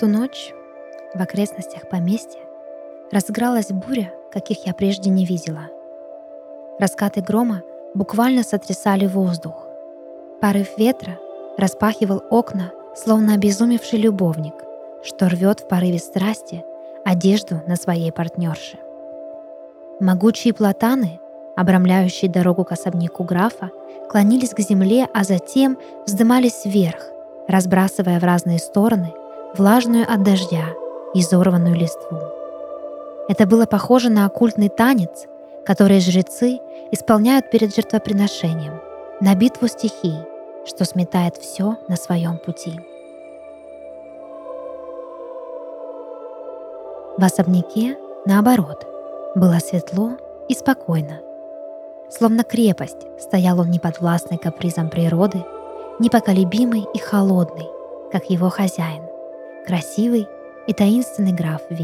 ту ночь в окрестностях поместья разыгралась буря, каких я прежде не видела. Раскаты грома буквально сотрясали воздух. Порыв ветра распахивал окна, словно обезумевший любовник, что рвет в порыве страсти одежду на своей партнерше. Могучие платаны, обрамляющие дорогу к особняку графа, клонились к земле, а затем вздымались вверх, разбрасывая в разные стороны влажную от дождя изорванную листву. Это было похоже на оккультный танец, который жрецы исполняют перед жертвоприношением, на битву стихий, что сметает все на своем пути. В особняке, наоборот, было светло и спокойно. Словно крепость стоял он неподвластный капризам природы, непоколебимый и холодный, как его хозяин, красивый и таинственный граф Ви.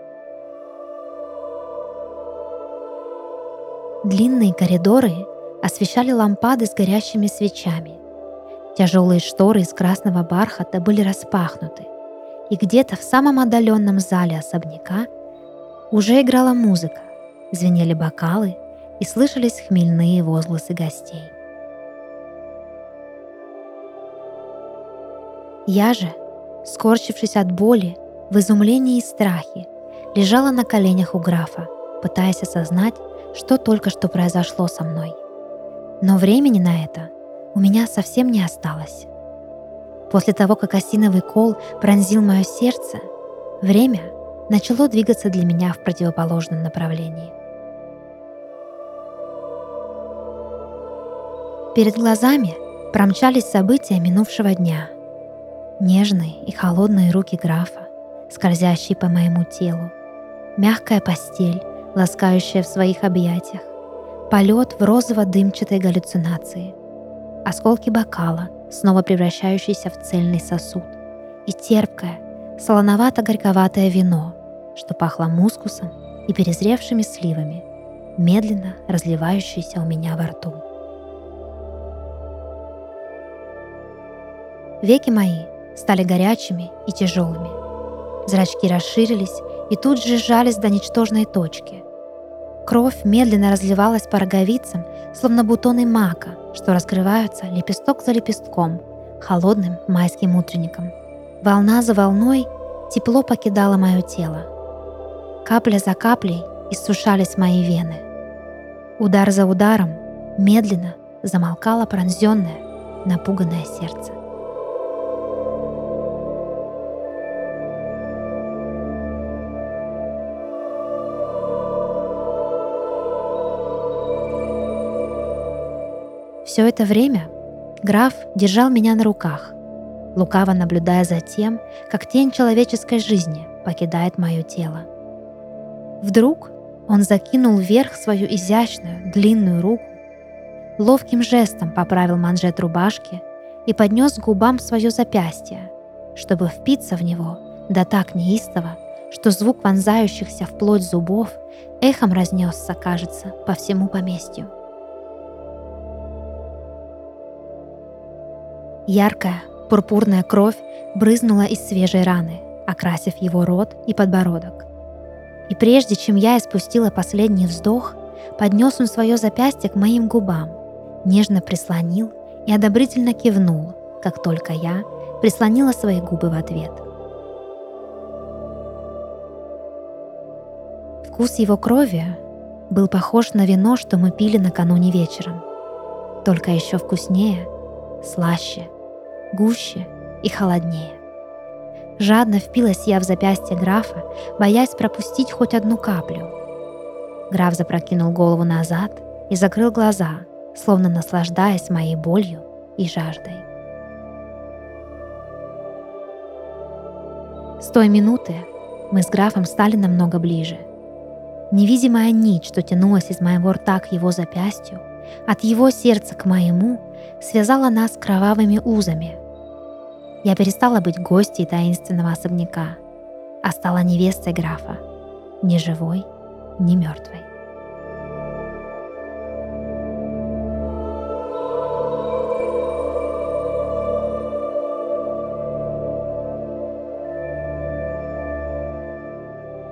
Длинные коридоры освещали лампады с горящими свечами. Тяжелые шторы из красного бархата были распахнуты, и где-то в самом отдаленном зале особняка уже играла музыка, звенели бокалы и слышались хмельные возгласы гостей. Я же, скорчившись от боли, в изумлении и страхе, лежала на коленях у графа, пытаясь осознать, что только что произошло со мной. Но времени на это у меня совсем не осталось. После того, как осиновый кол пронзил мое сердце, время начало двигаться для меня в противоположном направлении. Перед глазами промчались события минувшего дня. Нежные и холодные руки графа, скользящие по моему телу, мягкая постель, ласкающая в своих объятиях, полет в розово-дымчатой галлюцинации, осколки бокала, снова превращающиеся в цельный сосуд, и терпкое, солоновато-горьковатое вино, что пахло мускусом и перезревшими сливами, медленно разливающееся у меня во рту. Веки мои стали горячими и тяжелыми. Зрачки расширились и тут же сжались до ничтожной точки. Кровь медленно разливалась по роговицам, словно бутоны мака, что раскрываются лепесток за лепестком, холодным майским утренником. Волна за волной тепло покидало мое тело. Капля за каплей иссушались мои вены. Удар за ударом медленно замолкало пронзенное, напуганное сердце. Все это время граф держал меня на руках, лукаво наблюдая за тем, как тень человеческой жизни покидает мое тело. Вдруг он закинул вверх свою изящную, длинную руку, ловким жестом поправил манжет рубашки и поднес к губам свое запястье, чтобы впиться в него, да так неистово, что звук вонзающихся в плоть зубов эхом разнесся, кажется, по всему поместью. Яркая, пурпурная кровь брызнула из свежей раны, окрасив его рот и подбородок. И прежде чем я испустила последний вздох, поднес он свое запястье к моим губам, нежно прислонил и одобрительно кивнул, как только я прислонила свои губы в ответ. Вкус его крови был похож на вино, что мы пили накануне вечером, только еще вкуснее, слаще, гуще и холоднее. Жадно впилась я в запястье графа, боясь пропустить хоть одну каплю. Граф запрокинул голову назад и закрыл глаза, словно наслаждаясь моей болью и жаждой. С той минуты мы с графом стали намного ближе. Невидимая нить, что тянулась из моего рта к его запястью, от его сердца к моему, связала нас кровавыми узами. Я перестала быть гостьей таинственного особняка, а стала невестой графа, ни живой, ни мертвой.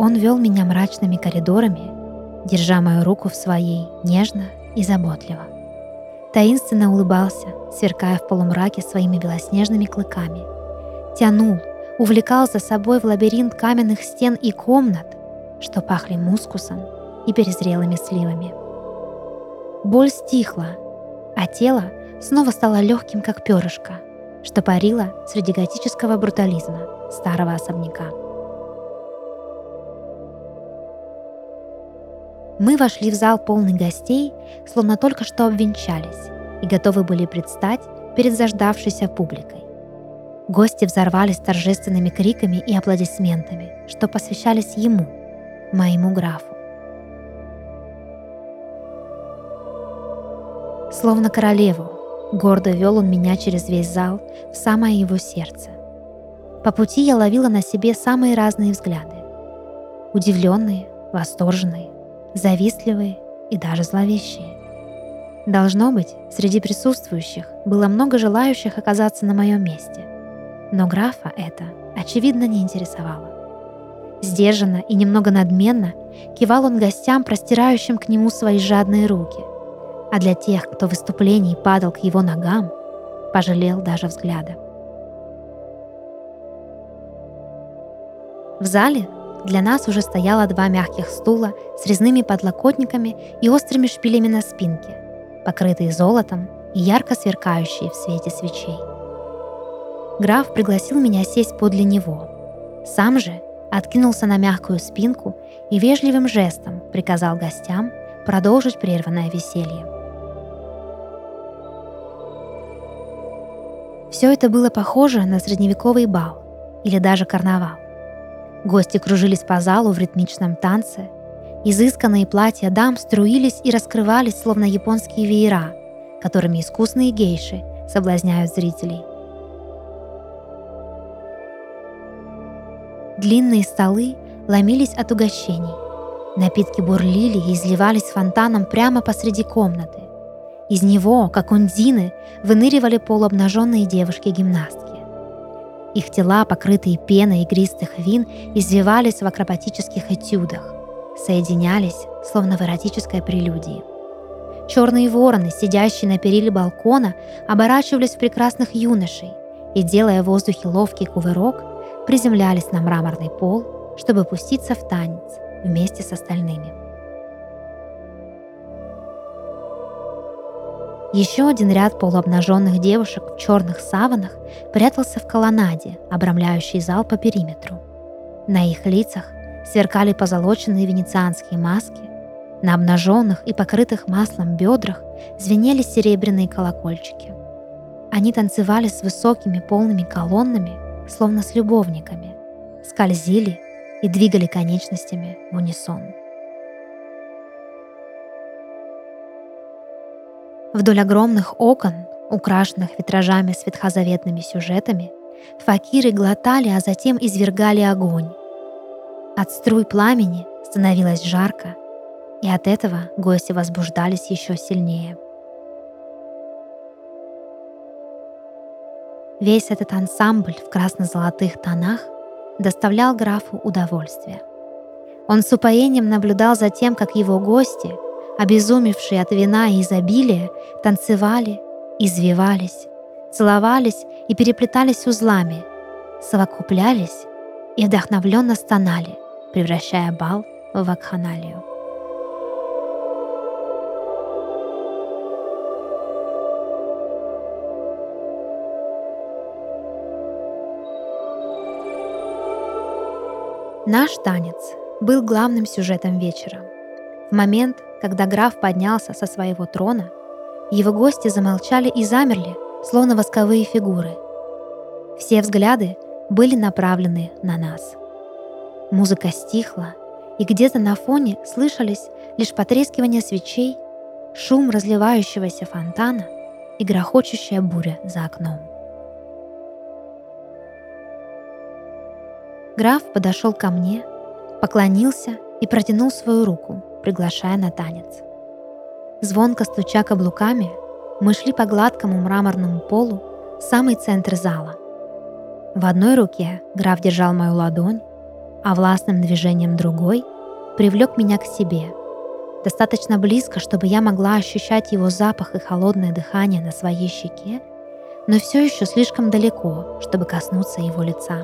Он вел меня мрачными коридорами, держа мою руку в своей нежно и заботливо. Таинственно улыбался, сверкая в полумраке своими белоснежными клыками. Тянул, увлекал за собой в лабиринт каменных стен и комнат, что пахли мускусом и перезрелыми сливами. Боль стихла, а тело снова стало легким, как перышко, что парило среди готического брутализма старого особняка. Мы вошли в зал полный гостей, словно только что обвенчались, и готовы были предстать перед заждавшейся публикой. Гости взорвались торжественными криками и аплодисментами, что посвящались ему, моему графу. Словно королеву, гордо вел он меня через весь зал в самое его сердце. По пути я ловила на себе самые разные взгляды. Удивленные, восторженные, завистливые и даже зловещие. Должно быть, среди присутствующих было много желающих оказаться на моем месте. Но графа это, очевидно, не интересовало. Сдержанно и немного надменно кивал он гостям, простирающим к нему свои жадные руки, а для тех, кто в выступлении падал к его ногам, пожалел даже взгляда. В зале для нас уже стояло 2 мягких стула с резными подлокотниками и острыми шпилями на спинке, покрытые золотом и ярко сверкающие в свете свечей. Граф пригласил меня сесть подле него. Сам же откинулся на мягкую спинку и вежливым жестом приказал гостям продолжить прерванное веселье. Все это было похоже на средневековый бал или даже карнавал. Гости кружились по залу в ритмичном танце. Изысканные платья дам струились и раскрывались, словно японские веера, которыми искусные гейши соблазняют зрителей. Длинные столы ломились от угощений. Напитки бурлили и изливались фонтаном прямо посреди комнаты. Из него, как ундины, выныривали полуобнаженные девушки-гимнастки. Их тела, покрытые пеной игристых вин, извивались в акробатических этюдах, соединялись, словно в эротической прелюдии. Черные вороны, сидящие на периле балкона, оборачивались в прекрасных юношей и, делая в воздухе ловкий кувырок, приземлялись на мраморный пол, чтобы пуститься в танец вместе с остальными. Еще один ряд полуобнаженных девушек в черных саванах прятался в колоннаде, обрамляющей зал по периметру. На их лицах сверкали позолоченные венецианские маски, на обнаженных и покрытых маслом бедрах звенели серебряные колокольчики. Они танцевали с высокими полными колоннами, словно с любовниками, скользили и двигали конечностями в унисон. Вдоль огромных окон, украшенных витражами с ветхозаветными сюжетами, факиры глотали, а затем извергали огонь. От струй пламени становилось жарко, и от этого гости возбуждались еще сильнее. Весь этот ансамбль в красно-золотых тонах доставлял графу удовольствие. Он с упоением наблюдал за тем, как его гости, обезумевшие от вина и изобилия, танцевали, извивались, целовались и переплетались узлами, совокуплялись и вдохновленно стонали, превращая бал в вакханалию. Наш танец был главным сюжетом вечера. В момент, когда граф поднялся со своего трона, его гости замолчали и замерли, словно восковые фигуры. Все взгляды были направлены на нас. Музыка стихла, и где-то на фоне слышались лишь потрескивание свечей, шум разливающегося фонтана и грохочущая буря за окном. Граф подошел ко мне, поклонился и протянул свою руку, приглашая на танец. Звонко стуча каблуками, мы шли по гладкому мраморному полу в самый центр зала. В одной руке граф держал мою ладонь, а властным движением другой привлек меня к себе, достаточно близко, чтобы я могла ощущать его запах и холодное дыхание на своей щеке, но все еще слишком далеко, чтобы коснуться его лица.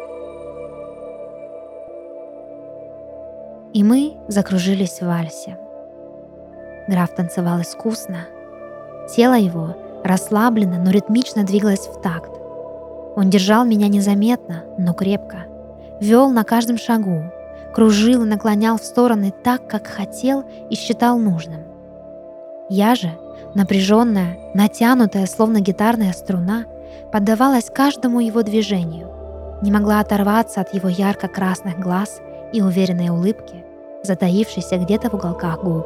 И мы закружились в вальсе. Граф танцевал искусно. Тело его расслабленно, но ритмично двигалось в такт. Он держал меня незаметно, но крепко, вел на каждом шагу, кружил и наклонял в стороны так, как хотел и считал нужным. Я же, напряженная, натянутая, словно гитарная струна, поддавалась каждому его движению, не могла оторваться от его ярко-красных глаз и уверенной улыбки, затаившейся где-то в уголках губ.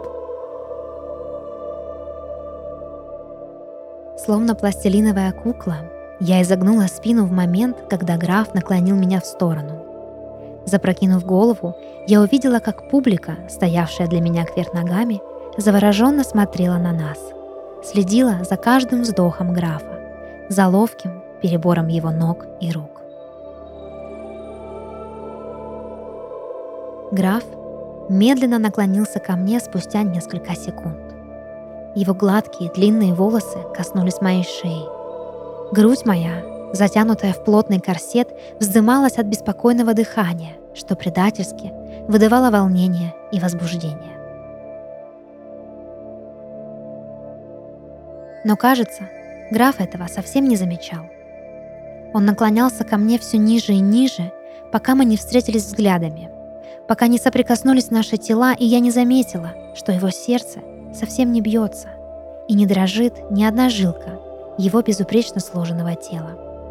Словно пластилиновая кукла, я изогнула спину в момент, когда граф наклонил меня в сторону. Запрокинув голову, я увидела, как публика, стоявшая для меня кверх ногами, завороженно смотрела на нас, следила за каждым вздохом графа, за ловким перебором его ног и рук. Граф медленно наклонился ко мне спустя несколько секунд. Его гладкие длинные волосы коснулись моей шеи. Грудь моя, затянутая в плотный корсет, вздымалась от беспокойного дыхания, что предательски выдавало волнение и возбуждение. Но, кажется, граф этого совсем не замечал. Он наклонялся ко мне все ниже и ниже, пока мы не встретились взглядами, пока не соприкоснулись наши тела, и я не заметила, что его сердце совсем не бьется и не дрожит ни одна жилка его безупречно сложенного тела.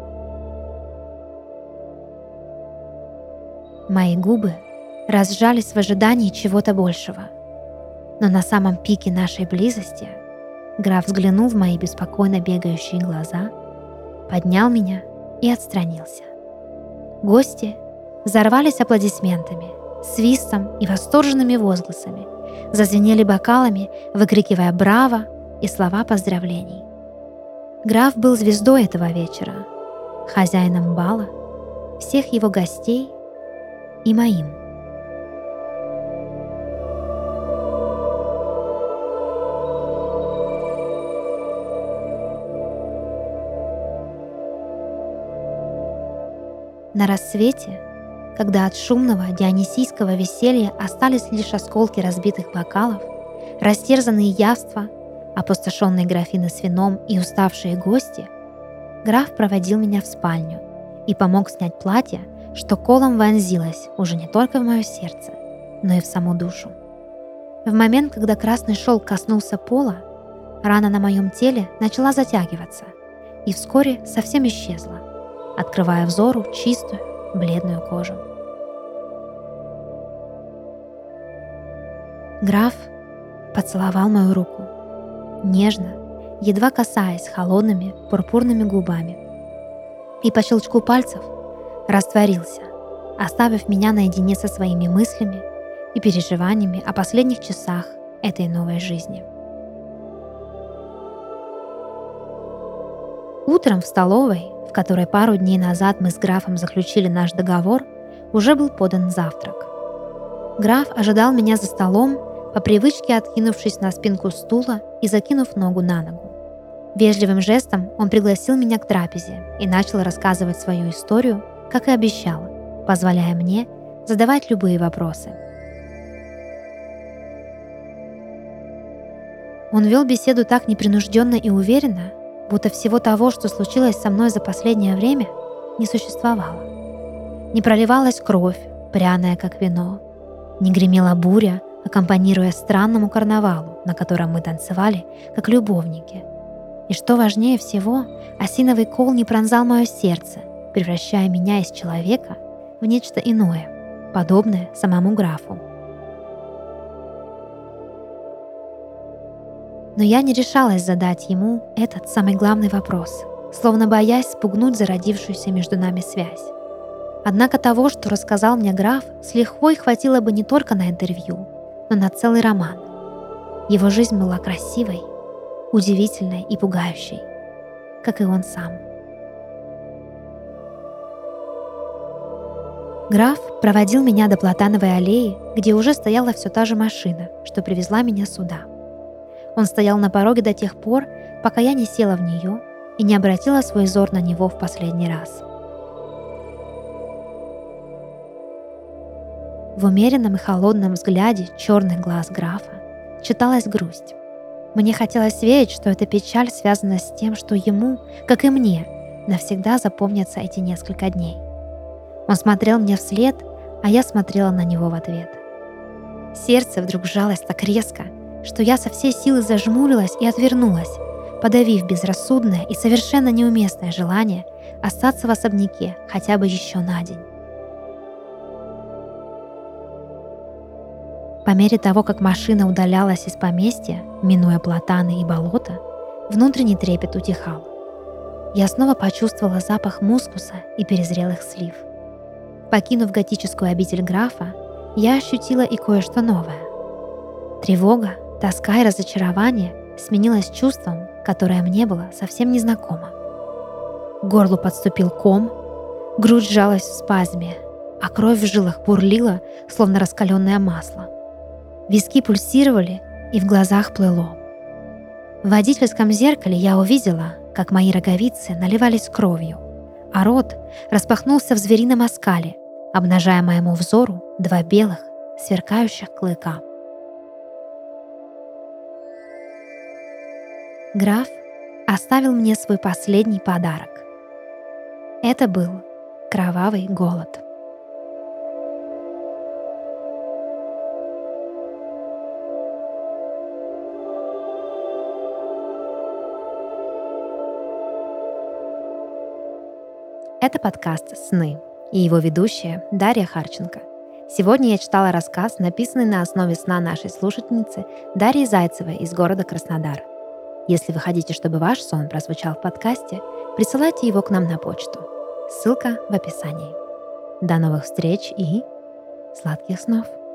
Мои губы разжались в ожидании чего-то большего, но на самом пике нашей близости граф взглянул в мои беспокойно бегающие глаза, поднял меня и отстранился. Гости взорвались аплодисментами, свистом и восторженными возгласами, зазвенели бокалами, выкрикивая «Браво!» и слова поздравлений. Граф был звездой этого вечера, хозяином бала, всех его гостей и моим. На рассвете, когда от шумного дионисийского веселья остались лишь осколки разбитых бокалов, растерзанные явства, опустошенные графины с вином и уставшие гости, граф проводил меня в спальню и помог снять платье, что колом вонзилось уже не только в мое сердце, но и в саму душу. В момент, когда красный шелк коснулся пола, рана на моем теле начала затягиваться и вскоре совсем исчезла, открывая взору чистую, бледную кожу. Граф поцеловал мою руку, нежно, едва касаясь холодными пурпурными губами, и по щелчку пальцев растворился, оставив меня наедине со своими мыслями и переживаниями о последних часах этой новой жизни. Утром в столовой, в которой пару дней назад мы с графом заключили наш договор, уже был подан завтрак. Граф ожидал меня за столом, по привычке откинувшись на спинку стула и закинув ногу на ногу. Вежливым жестом он пригласил меня к трапезе и начал рассказывать свою историю, как и обещал, позволяя мне задавать любые вопросы. Он вел беседу так непринужденно и уверенно, будто всего того, что случилось со мной за последнее время, не существовало. Не проливалась кровь, пряная как вино, не гремела буря, аккомпанируя странному карнавалу, на котором мы танцевали, как любовники. И что важнее всего, осиновый кол не пронзал мое сердце, превращая меня из человека в нечто иное, подобное самому графу. Но я не решалась задать ему этот самый главный вопрос, словно боясь спугнуть зародившуюся между нами связь. Однако того, что рассказал мне граф, с лихвой хватило бы не только на интервью, но на целый роман. Его жизнь была красивой, удивительной и пугающей, как и он сам. Граф проводил меня до Платановой аллеи, где уже стояла все та же машина, что привезла меня сюда. Он стоял на пороге до тех пор, пока я не села в нее и не обратила свой взор на него в последний раз. В умеренном и холодном взгляде черных глаз графа читалась грусть. Мне хотелось верить, что эта печаль связана с тем, что ему, как и мне, навсегда запомнятся эти несколько дней. Он смотрел мне вслед, а я смотрела на него в ответ. Сердце вдруг сжалось так резко, что я со всей силы зажмурилась и отвернулась, подавив безрассудное и совершенно неуместное желание остаться в особняке хотя бы еще на день. По мере того, как машина удалялась из поместья, минуя платаны и болота, внутренний трепет утихал. Я снова почувствовала запах мускуса и перезрелых слив. Покинув готическую обитель графа, я ощутила и кое-что новое. Тревога, тоска и разочарование сменилось чувством, которое мне было совсем незнакомо. К горлу подступил ком, грудь сжалась в спазме, а кровь в жилах бурлила, словно раскаленное масло. Виски пульсировали, и в глазах плыло. В водительском зеркале я увидела, как мои роговицы наливались кровью, а рот распахнулся в зверином оскале, обнажая моему взору два белых, сверкающих клыка. Граф оставил мне свой последний подарок. Это был кровавый голод. Это подкаст «Сны» и его ведущая Дарья Харченко. Сегодня я читала рассказ, написанный на основе сна нашей слушательницы Дарьи Зайцевой из города Краснодар. Если вы хотите, чтобы ваш сон прозвучал в подкасте, присылайте его к нам на почту. Ссылка в описании. До новых встреч и сладких снов!